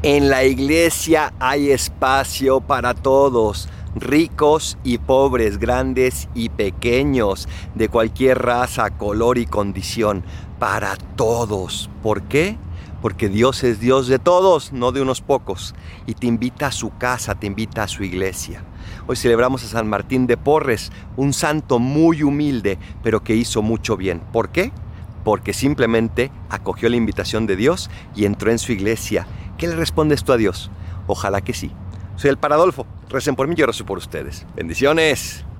En la iglesia hay espacio para todos, ricos y pobres, grandes y pequeños, de cualquier raza, color y condición, para todos. ¿Por qué? Porque Dios es Dios de todos, no de unos pocos, y te invita a su casa, te invita a su iglesia. Hoy celebramos a San Martín de Porres, un santo muy humilde, pero que hizo mucho bien. ¿Por qué? Porque simplemente acogió la invitación de Dios y entró en su iglesia. ¿Qué le respondes tú a Dios? Ojalá que sí. Soy el Paradolfo. Recen por mí, yo rezo por ustedes. Bendiciones.